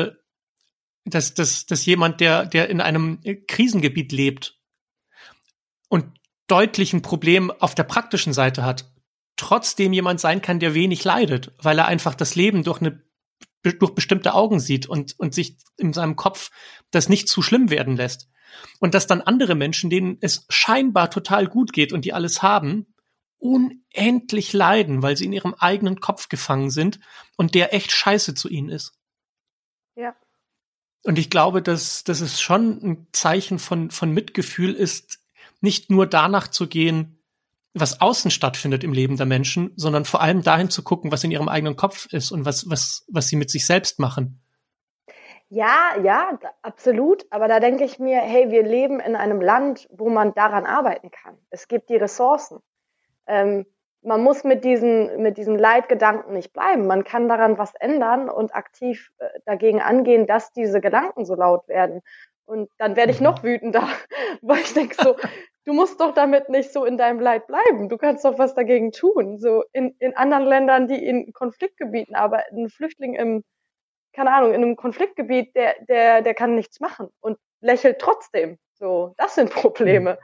jemand, der in einem Krisengebiet lebt und deutlich ein Problem auf der praktischen Seite hat, trotzdem jemand sein kann, der wenig leidet, weil er einfach das Leben durch bestimmte Augen sieht und sich in seinem Kopf das nicht zu schlimm werden lässt. Und dass dann andere Menschen, denen es scheinbar total gut geht und die alles haben, unendlich leiden, weil sie in ihrem eigenen Kopf gefangen sind und der echt scheiße zu ihnen ist. Ja. Und ich glaube, dass es schon ein Zeichen von Mitgefühl ist, nicht nur danach zu gehen, was außen stattfindet im Leben der Menschen, sondern vor allem dahin zu gucken, was in ihrem eigenen Kopf ist und was sie mit sich selbst machen. Ja, absolut. Aber da denke ich mir, hey, wir leben in einem Land, wo man daran arbeiten kann. Es gibt die Ressourcen. Man muss mit diesen Leitgedanken nicht bleiben. Man kann daran was ändern und aktiv dagegen angehen, dass diese Gedanken so laut werden. Und dann werde ich noch wütender, weil ich denke so, du musst doch damit nicht so in deinem Leid bleiben. Du kannst doch was dagegen tun. So in anderen Ländern, die in Konfliktgebieten arbeiten, ein Flüchtling keine Ahnung, in einem Konfliktgebiet, der kann nichts machen und lächelt trotzdem. So, das sind Probleme.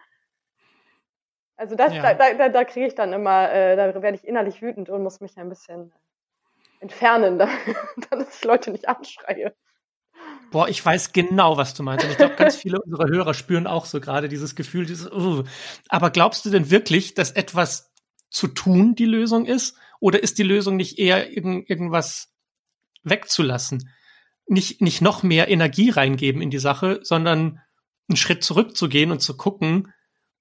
Also da kriege ich dann immer, da werde ich innerlich wütend und muss mich ein bisschen entfernen, dass ich Leute nicht anschreie. Boah, ich weiß genau, was du meinst. Und ich glaube, ganz viele unserer Hörer spüren auch so gerade dieses Gefühl, Aber glaubst du denn wirklich, dass etwas zu tun die Lösung ist? Oder ist die Lösung nicht eher irgendwas wegzulassen? Nicht noch mehr Energie reingeben in die Sache, sondern einen Schritt zurückzugehen und zu gucken,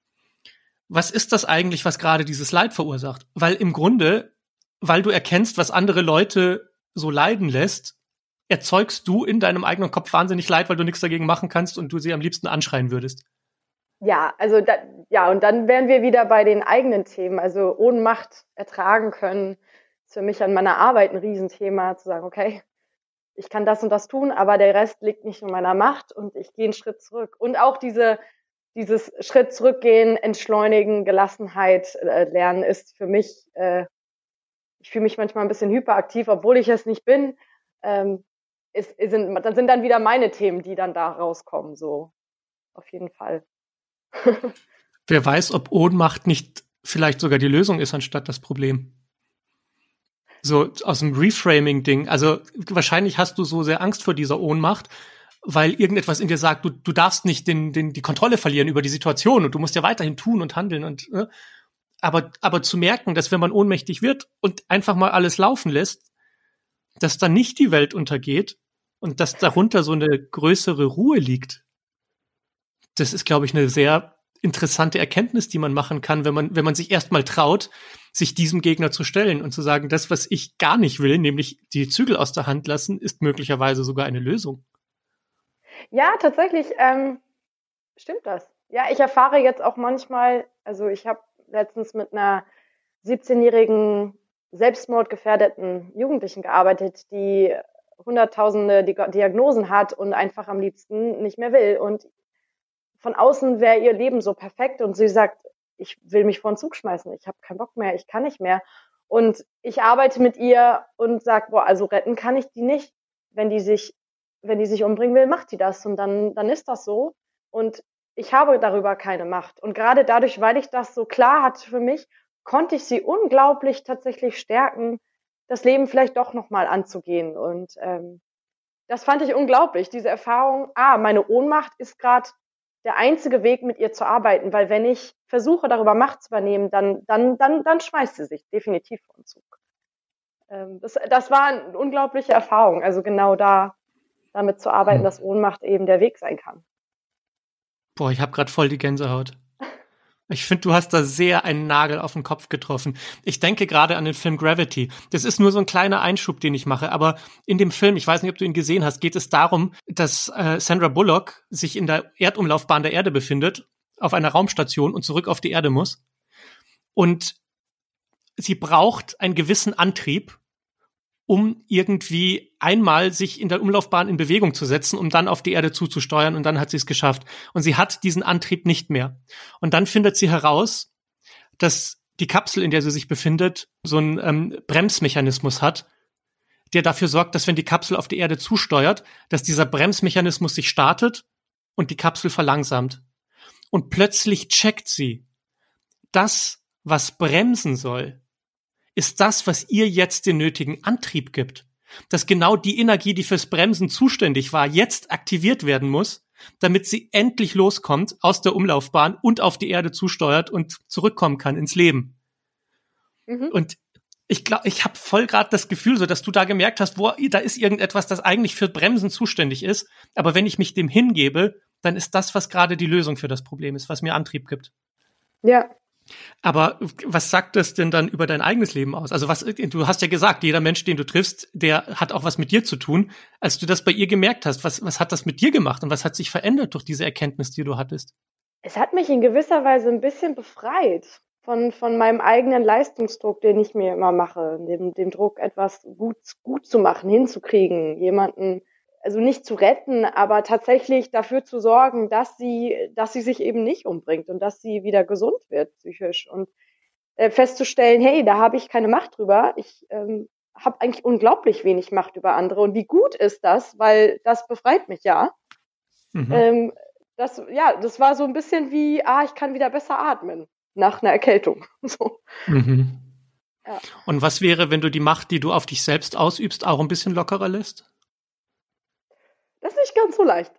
was ist das eigentlich, was gerade dieses Leid verursacht? Weil im Grunde, weil du erkennst, was andere Leute so leiden lässt, erzeugst du in deinem eigenen Kopf wahnsinnig Leid, weil du nichts dagegen machen kannst und du sie am liebsten anschreien würdest. Ja, also und dann wären wir wieder bei den eigenen Themen. Also Ohnmacht ertragen können, ist für mich an meiner Arbeit ein Riesenthema, zu sagen, okay, ich kann das und das tun, aber der Rest liegt nicht in meiner Macht und ich gehe einen Schritt zurück. Und auch dieses Schritt zurückgehen, entschleunigen, Gelassenheit lernen ist für mich, ich fühle mich manchmal ein bisschen hyperaktiv, obwohl ich es nicht bin. Dann sind dann wieder meine Themen, die dann da rauskommen, so auf jeden Fall. Wer weiß, ob Ohnmacht nicht vielleicht sogar die Lösung ist, anstatt das Problem. So aus dem Reframing-Ding. Also wahrscheinlich hast du so sehr Angst vor dieser Ohnmacht, weil irgendetwas in dir sagt, du darfst nicht die Kontrolle verlieren über die Situation und du musst ja weiterhin tun und handeln und aber zu merken, dass wenn man ohnmächtig wird und einfach mal alles laufen lässt, dass dann nicht die Welt untergeht und dass darunter so eine größere Ruhe liegt. Das ist, glaube ich, eine sehr interessante Erkenntnis, die man machen kann, wenn man sich erstmal traut, sich diesem Gegner zu stellen und zu sagen, das, was ich gar nicht will, nämlich die Zügel aus der Hand lassen, ist möglicherweise sogar eine Lösung. Ja, tatsächlich stimmt das. Ja, ich erfahre jetzt auch manchmal, also ich habe letztens mit einer 17-jährigen selbstmordgefährdeten Jugendlichen gearbeitet, die hunderttausende Diagnosen hat und einfach am liebsten nicht mehr will. Und von außen wäre ihr Leben so perfekt und sie sagt, ich will mich vor den Zug schmeißen, ich habe keinen Bock mehr, ich kann nicht mehr. Und ich arbeite mit ihr und sage, boah, also retten kann ich die nicht. Wenn die sich umbringen will, macht die das und dann ist das so. Und ich habe darüber keine Macht. Und gerade dadurch, weil ich das so klar hatte für mich, konnte ich sie unglaublich tatsächlich stärken, das Leben vielleicht doch nochmal anzugehen. Und das fand ich unglaublich, diese Erfahrung. Meine Ohnmacht ist gerade der einzige Weg, mit ihr zu arbeiten, weil wenn ich versuche, darüber Macht zu übernehmen, dann schmeißt sie sich definitiv vom Zug. Das war eine unglaubliche Erfahrung. Also genau damit zu arbeiten, dass Ohnmacht eben der Weg sein kann. Boah, ich habe gerade voll die Gänsehaut. Ich finde, du hast da sehr einen Nagel auf den Kopf getroffen. Ich denke gerade an den Film Gravity. Das ist nur so ein kleiner Einschub, den ich mache. Aber in dem Film, ich weiß nicht, ob du ihn gesehen hast, geht es darum, dass Sandra Bullock sich in der Erdumlaufbahn der Erde befindet, auf einer Raumstation und zurück auf die Erde muss. Und sie braucht einen gewissen Antrieb, um irgendwie einmal sich in der Umlaufbahn in Bewegung zu setzen, um dann auf die Erde zuzusteuern, und dann hat sie es geschafft. Und sie hat diesen Antrieb nicht mehr. Und dann findet sie heraus, dass die Kapsel, in der sie sich befindet, so einen Bremsmechanismus hat, der dafür sorgt, dass wenn die Kapsel auf die Erde zusteuert, dass dieser Bremsmechanismus sich startet und die Kapsel verlangsamt. Und plötzlich checkt sie, das, was bremsen soll, ist das, was ihr jetzt den nötigen Antrieb gibt. Dass genau die Energie, die fürs Bremsen zuständig war, jetzt aktiviert werden muss, damit sie endlich loskommt aus der Umlaufbahn und auf die Erde zusteuert und zurückkommen kann ins Leben. Mhm. Und ich glaube, ich habe voll gerade das Gefühl, so dass du da gemerkt hast, da ist irgendetwas, das eigentlich für Bremsen zuständig ist. Aber wenn ich mich dem hingebe, dann ist das, was gerade die Lösung für das Problem ist, was mir Antrieb gibt. Ja. Aber was sagt das denn dann über dein eigenes Leben aus? Also du hast ja gesagt, jeder Mensch, den du triffst, der hat auch was mit dir zu tun. Als du das bei ihr gemerkt hast, was hat das mit dir gemacht und was hat sich verändert durch diese Erkenntnis, die du hattest? Es hat mich in gewisser Weise ein bisschen befreit von meinem eigenen Leistungsdruck, den ich mir immer mache, dem Druck, etwas gut zu machen, hinzukriegen, jemanden, also nicht zu retten, aber tatsächlich dafür zu sorgen, dass sie sich eben nicht umbringt und dass sie wieder gesund wird psychisch und festzustellen, hey, da habe ich keine Macht drüber. Ich habe eigentlich unglaublich wenig Macht über andere und wie gut ist das, weil das befreit mich ja. Mhm. Das war so ein bisschen wie, ich kann wieder besser atmen nach einer Erkältung. So. Mhm. Ja. Und was wäre, wenn du die Macht, die du auf dich selbst ausübst, auch ein bisschen lockerer lässt? Das ist nicht ganz so leicht.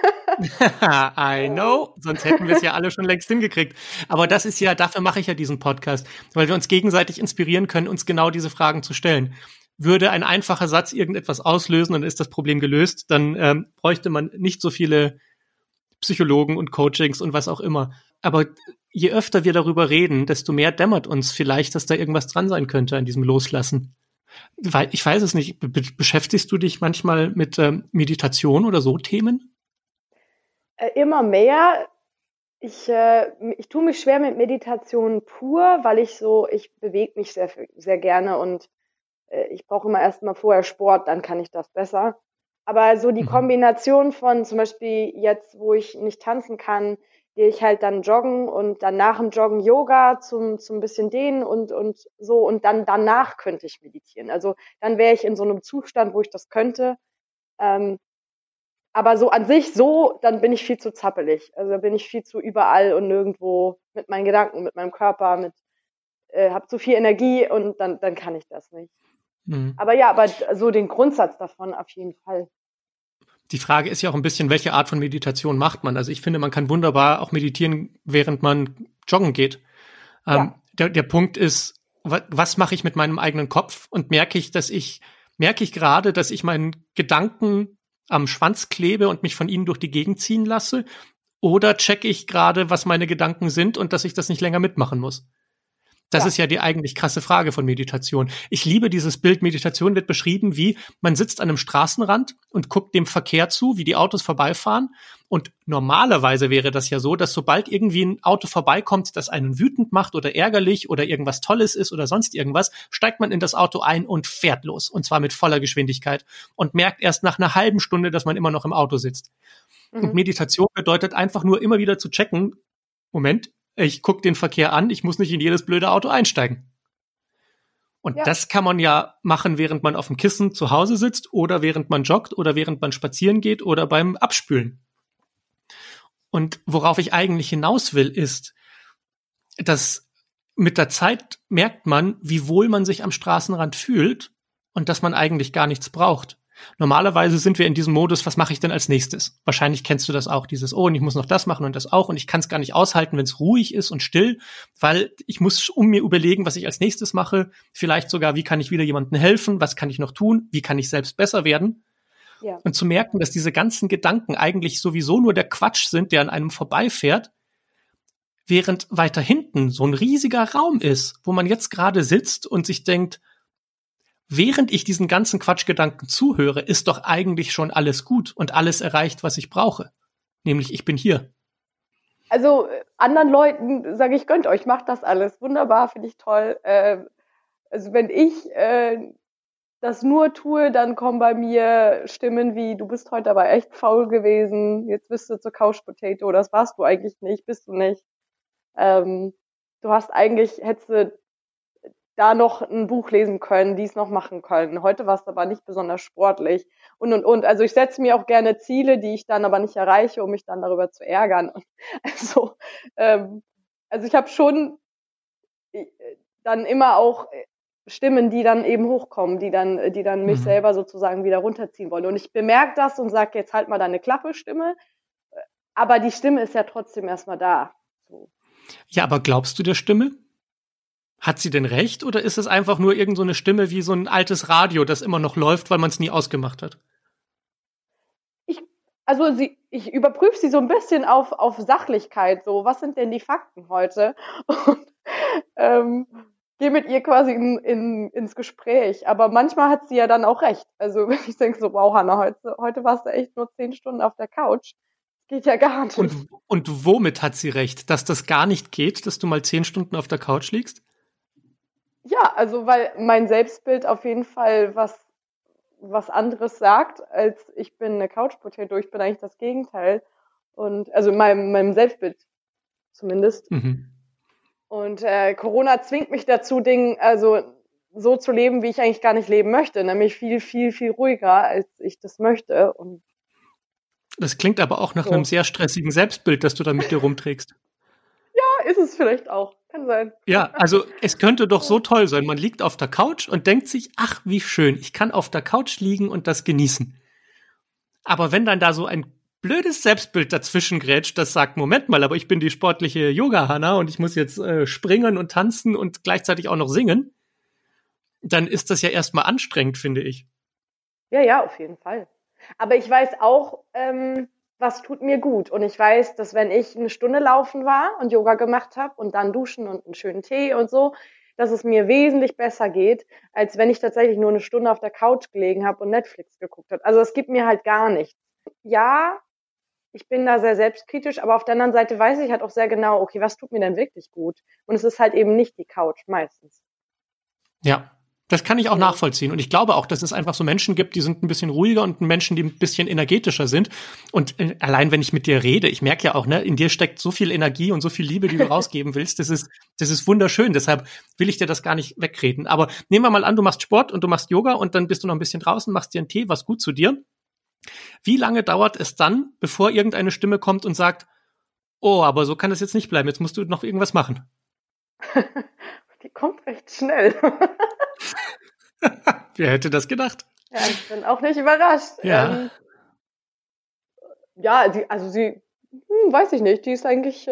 I know, sonst hätten wir es ja alle schon längst hingekriegt. Aber das ist ja, dafür mache ich ja diesen Podcast, weil wir uns gegenseitig inspirieren können, uns genau diese Fragen zu stellen. Würde ein einfacher Satz irgendetwas auslösen und ist das Problem gelöst, dann bräuchte man nicht so viele Psychologen und Coachings und was auch immer. Aber je öfter wir darüber reden, desto mehr dämmert uns vielleicht, dass da irgendwas dran sein könnte an diesem Loslassen. Weil ich weiß es nicht, beschäftigst du dich manchmal mit Meditation oder so Themen? Immer mehr. Ich tue mich schwer mit Meditation pur, weil ich bewege mich sehr, sehr gerne und ich brauche immer erstmal vorher Sport, dann kann ich das besser. Aber so die Kombination von zum Beispiel jetzt, wo ich nicht tanzen kann, gehe ich halt dann joggen und dann nach dem Joggen Yoga zum bisschen dehnen und so und dann danach könnte ich meditieren. Also dann wäre ich in so einem Zustand, wo ich das könnte. Aber so an sich, dann bin ich viel zu zappelig. Also da bin ich viel zu überall und nirgendwo mit meinen Gedanken, mit meinem Körper, habe zu viel Energie und dann kann ich das nicht. Mhm. Aber so den Grundsatz davon auf jeden Fall. Die Frage ist ja auch ein bisschen, welche Art von Meditation macht man? Also ich finde, man kann wunderbar auch meditieren, während man joggen geht. Ja. Der Punkt ist, was mache ich mit meinem eigenen Kopf? Und merke ich gerade, dass ich meinen Gedanken am Schwanz klebe und mich von ihnen durch die Gegend ziehen lasse? Oder checke ich gerade, was meine Gedanken sind und dass ich das nicht länger mitmachen muss? Das ist ja die eigentlich krasse Frage von Meditation. Ich liebe dieses Bild. Meditation wird beschrieben wie, man sitzt an einem Straßenrand und guckt dem Verkehr zu, wie die Autos vorbeifahren. Und normalerweise wäre das ja so, dass sobald irgendwie ein Auto vorbeikommt, das einen wütend macht oder ärgerlich oder irgendwas Tolles ist oder sonst irgendwas, steigt man in das Auto ein und fährt los. Und zwar mit voller Geschwindigkeit. Und merkt erst nach einer halben Stunde, dass man immer noch im Auto sitzt. Mhm. Und Meditation bedeutet einfach nur immer wieder zu checken, Moment, ich gucke den Verkehr an, ich muss nicht in jedes blöde Auto einsteigen. Und das kann man ja machen, während man auf dem Kissen zu Hause sitzt oder während man joggt oder während man spazieren geht oder beim Abspülen. Und worauf ich eigentlich hinaus will, ist, dass mit der Zeit merkt man, wie wohl man sich am Straßenrand fühlt und dass man eigentlich gar nichts braucht. Normalerweise sind wir in diesem Modus, was mache ich denn als nächstes? Wahrscheinlich kennst du das auch, dieses, und ich muss noch das machen und das auch und ich kann es gar nicht aushalten, wenn es ruhig ist und still, weil ich muss mir überlegen, was ich als nächstes mache, vielleicht sogar, wie kann ich wieder jemandem helfen, was kann ich noch tun, wie kann ich selbst besser werden? Ja. Und zu merken, dass diese ganzen Gedanken eigentlich sowieso nur der Quatsch sind, der an einem vorbeifährt, während weiter hinten so ein riesiger Raum ist, wo man jetzt gerade sitzt und sich denkt, während ich diesen ganzen Quatschgedanken zuhöre, ist doch eigentlich schon alles gut und alles erreicht, was ich brauche. Nämlich, ich bin hier. Also anderen Leuten sage ich, gönnt euch, macht das alles. Wunderbar, finde ich toll. Also wenn ich das nur tue, dann kommen bei mir Stimmen wie, du bist heute aber echt faul gewesen, jetzt bist du zur Couch Potato, das warst du eigentlich nicht, bist du nicht. Du hättest du da noch ein Buch lesen können, dies noch machen können. Heute war es aber nicht besonders sportlich und. Also ich setze mir auch gerne Ziele, die ich dann aber nicht erreiche, um mich dann darüber zu ärgern. Also ich habe schon dann immer auch Stimmen, die dann eben hochkommen, die dann mich selber sozusagen wieder runterziehen wollen. Und ich bemerke das und sage, jetzt halt mal deine Klappe, Stimme. Aber die Stimme ist ja trotzdem erstmal da. So. Ja, aber glaubst du der Stimme? Hat sie denn recht oder ist es einfach nur irgend so eine Stimme wie so ein altes Radio, das immer noch läuft, weil man es nie ausgemacht hat? Ich überprüfe sie so ein bisschen auf Sachlichkeit. So, was sind denn die Fakten heute? Und gehe mit ihr quasi ins Gespräch. Aber manchmal hat sie ja dann auch recht. Also wenn ich denke so, wow, Hannah, heute warst du echt nur 10 Stunden auf der Couch. Geht ja gar nicht. Und womit hat sie recht? Dass das gar nicht geht, dass du mal 10 Stunden auf der Couch liegst? Ja, also weil mein Selbstbild auf jeden Fall was anderes sagt, als ich bin eine Couch Potato. Ich bin eigentlich das Gegenteil. Und also in meinem Selbstbild zumindest. Mhm. Und Corona zwingt mich dazu, so zu leben, wie ich eigentlich gar nicht leben möchte, nämlich viel, viel, viel ruhiger, als ich das möchte. Und das klingt aber auch nach einem sehr stressigen Selbstbild, das du da mit dir rumträgst. Ja, ist es vielleicht auch. Kann sein. Ja, also es könnte doch so toll sein. Man liegt auf der Couch und denkt sich, ach, wie schön, ich kann auf der Couch liegen und das genießen. Aber wenn dann da so ein blödes Selbstbild dazwischen grätscht, das sagt, Moment mal, aber ich bin die sportliche Yoga-Hanna und ich muss jetzt springen und tanzen und gleichzeitig auch noch singen, dann ist das ja erstmal anstrengend, finde ich. Ja, auf jeden Fall. Aber ich weiß auch, was tut mir gut. Und ich weiß, dass wenn ich eine Stunde laufen war und Yoga gemacht habe und dann duschen und einen schönen Tee und so, dass es mir wesentlich besser geht, als wenn ich tatsächlich nur eine Stunde auf der Couch gelegen habe und Netflix geguckt habe. Also es gibt mir halt gar nichts. Ja, ich bin da sehr selbstkritisch, aber auf der anderen Seite weiß ich halt auch sehr genau, okay, was tut mir denn wirklich gut? Und es ist halt eben nicht die Couch meistens. Ja. Das kann ich auch nachvollziehen. Und ich glaube auch, dass es einfach so Menschen gibt, die sind ein bisschen ruhiger und Menschen, die ein bisschen energetischer sind. Und allein, wenn ich mit dir rede, ich merke ja auch, ne, in dir steckt so viel Energie und so viel Liebe, die du rausgeben willst. Das ist wunderschön. Deshalb will ich dir das gar nicht wegreden. Aber nehmen wir mal an, du machst Sport und du machst Yoga und dann bist du noch ein bisschen draußen, machst dir einen Tee, was gut zu dir. Wie lange dauert es dann, bevor irgendeine Stimme kommt und sagt, oh, aber so kann das jetzt nicht bleiben, jetzt musst du noch irgendwas machen? Die kommt recht schnell. Wer hätte das gedacht? Ja, ich bin auch nicht überrascht. Ja. Sie, weiß ich nicht, die ist eigentlich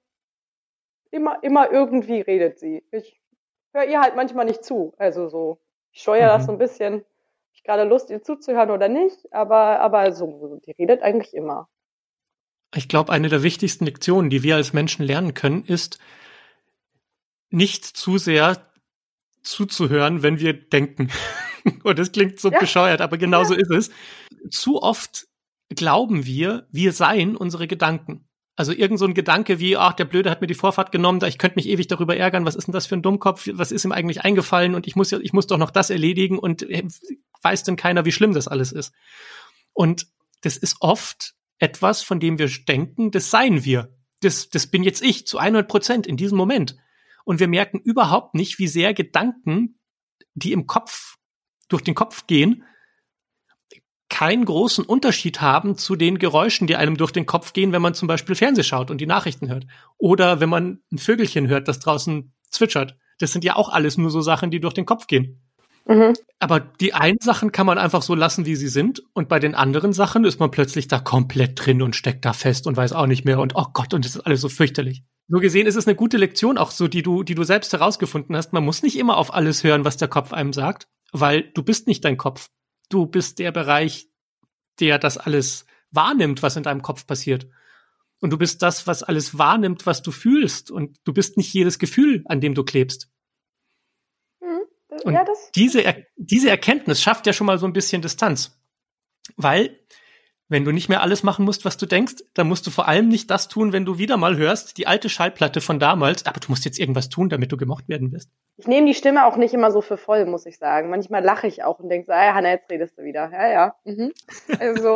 immer irgendwie redet sie. Ich höre ihr halt manchmal nicht zu. Also so, ich steuere das so ein bisschen, hab ich gerade Lust, ihr zuzuhören oder nicht, aber so, die redet eigentlich immer. Ich glaube, eine der wichtigsten Lektionen, die wir als Menschen lernen können, ist, nicht zu sehr zuzuhören, wenn wir denken. Und das klingt so bescheuert, aber genauso ist es. Zu oft glauben wir seien unsere Gedanken. Also irgend so ein Gedanke wie, ach, der Blöde hat mir die Vorfahrt genommen, ich könnte mich ewig darüber ärgern, was ist denn das für ein Dummkopf, was ist ihm eigentlich eingefallen und ich muss doch noch das erledigen und weiß denn keiner, wie schlimm das alles ist. Und das ist oft etwas, von dem wir denken, das seien wir. Das bin jetzt ich, zu 100% in diesem Moment. Und wir merken überhaupt nicht, wie sehr Gedanken, die durch den Kopf gehen, keinen großen Unterschied haben zu den Geräuschen, die einem durch den Kopf gehen, wenn man zum Beispiel Fernsehen schaut und die Nachrichten hört. Oder wenn man ein Vögelchen hört, das draußen zwitschert. Das sind ja auch alles nur so Sachen, die durch den Kopf gehen. Mhm. Aber die einen Sachen kann man einfach so lassen, wie sie sind. Und bei den anderen Sachen ist man plötzlich da komplett drin und steckt da fest und weiß auch nicht mehr. Und oh Gott, und das ist alles so fürchterlich. So gesehen ist es eine gute Lektion, auch so, die du selbst herausgefunden hast. Man muss nicht immer auf alles hören, was der Kopf einem sagt, weil du bist nicht dein Kopf. Du bist der Bereich, der das alles wahrnimmt, was in deinem Kopf passiert. Und du bist das, was alles wahrnimmt, was du fühlst. Und du bist nicht jedes Gefühl, an dem du klebst. Und diese Erkenntnis schafft ja schon mal so ein bisschen Distanz. Weil, wenn du nicht mehr alles machen musst, was du denkst, dann musst du vor allem nicht das tun, wenn du wieder mal hörst, die alte Schallplatte von damals, aber du musst jetzt irgendwas tun, damit du gemocht werden wirst. Ich nehme die Stimme auch nicht immer so für voll, muss ich sagen. Manchmal lache ich auch und denke so, Hanna, jetzt redest du wieder. Ja. Mhm. Also,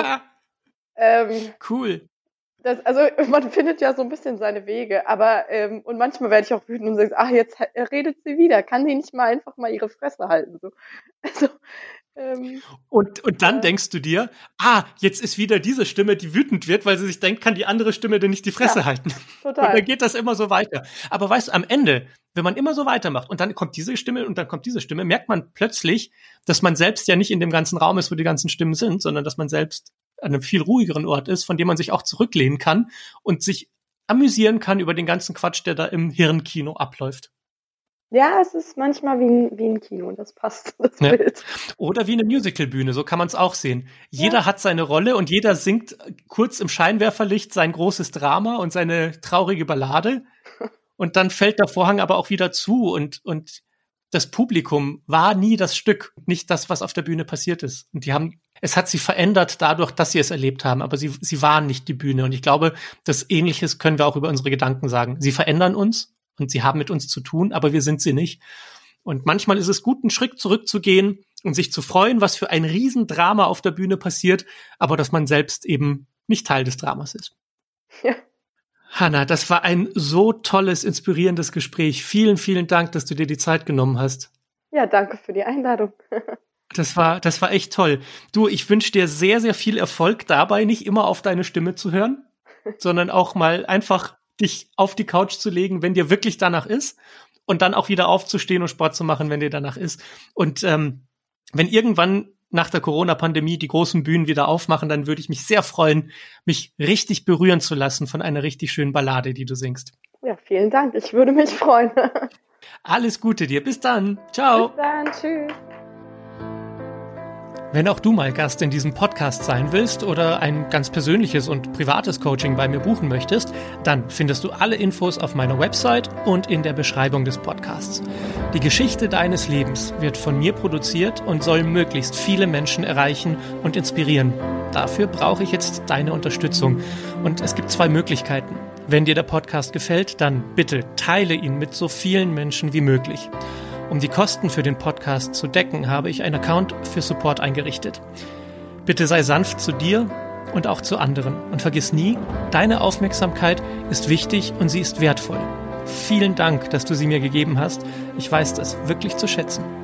cool. Also man findet ja so ein bisschen seine Wege, aber und manchmal werde ich auch wütend und sage, ach, jetzt redet sie wieder, kann sie nicht mal einfach mal ihre Fresse halten? So. Also, und dann denkst du dir, jetzt ist wieder diese Stimme, die wütend wird, weil sie sich denkt, kann die andere Stimme denn nicht die Fresse halten? Total. Und dann geht das immer so weiter. Aber weißt du, am Ende, wenn man immer so weitermacht und dann kommt diese Stimme und dann kommt diese Stimme, merkt man plötzlich, dass man selbst ja nicht in dem ganzen Raum ist, wo die ganzen Stimmen sind, sondern dass man selbst an einem viel ruhigeren Ort ist, von dem man sich auch zurücklehnen kann und sich amüsieren kann über den ganzen Quatsch, der da im Hirnkino abläuft. Ja, es ist manchmal wie ein Kino, das passt, das Bild. Oder wie eine Musicalbühne, so kann man es auch sehen. Jeder hat seine Rolle und jeder singt kurz im Scheinwerferlicht sein großes Drama und seine traurige Ballade und dann fällt der Vorhang aber auch wieder zu und das Publikum war nie das Stück, nicht das, was auf der Bühne passiert ist. Und es hat sie verändert dadurch, dass sie es erlebt haben, aber sie waren nicht die Bühne. Und ich glaube, das Ähnliches können wir auch über unsere Gedanken sagen. Sie verändern uns und sie haben mit uns zu tun, aber wir sind sie nicht. Und manchmal ist es gut, einen Schritt zurückzugehen und sich zu freuen, was für ein Riesendrama auf der Bühne passiert, aber dass man selbst eben nicht Teil des Dramas ist. Ja. Hanna, das war ein so tolles, inspirierendes Gespräch. Vielen, vielen Dank, dass du dir die Zeit genommen hast. Ja, danke für die Einladung. Das war echt toll. Du, ich wünsche dir sehr, sehr viel Erfolg dabei, nicht immer auf deine Stimme zu hören, sondern auch mal einfach dich auf die Couch zu legen, wenn dir wirklich danach ist und dann auch wieder aufzustehen und Sport zu machen, wenn dir danach ist. Und wenn irgendwann nach der Corona-Pandemie die großen Bühnen wieder aufmachen, dann würde ich mich sehr freuen, mich richtig berühren zu lassen von einer richtig schönen Ballade, die du singst. Ja, vielen Dank. Ich würde mich freuen. Alles Gute dir. Bis dann. Ciao. Bis dann. Tschüss. Wenn auch du mal Gast in diesem Podcast sein willst oder ein ganz persönliches und privates Coaching bei mir buchen möchtest, dann findest du alle Infos auf meiner Website und in der Beschreibung des Podcasts. Die Geschichte deines Lebens wird von mir produziert und soll möglichst viele Menschen erreichen und inspirieren. Dafür brauche ich jetzt deine Unterstützung. Und es gibt 2 Möglichkeiten. Wenn dir der Podcast gefällt, dann bitte teile ihn mit so vielen Menschen wie möglich. Um die Kosten für den Podcast zu decken, habe ich einen Account für Support eingerichtet. Bitte sei sanft zu dir und auch zu anderen. Und vergiss nie, deine Aufmerksamkeit ist wichtig und sie ist wertvoll. Vielen Dank, dass du sie mir gegeben hast. Ich weiß das wirklich zu schätzen.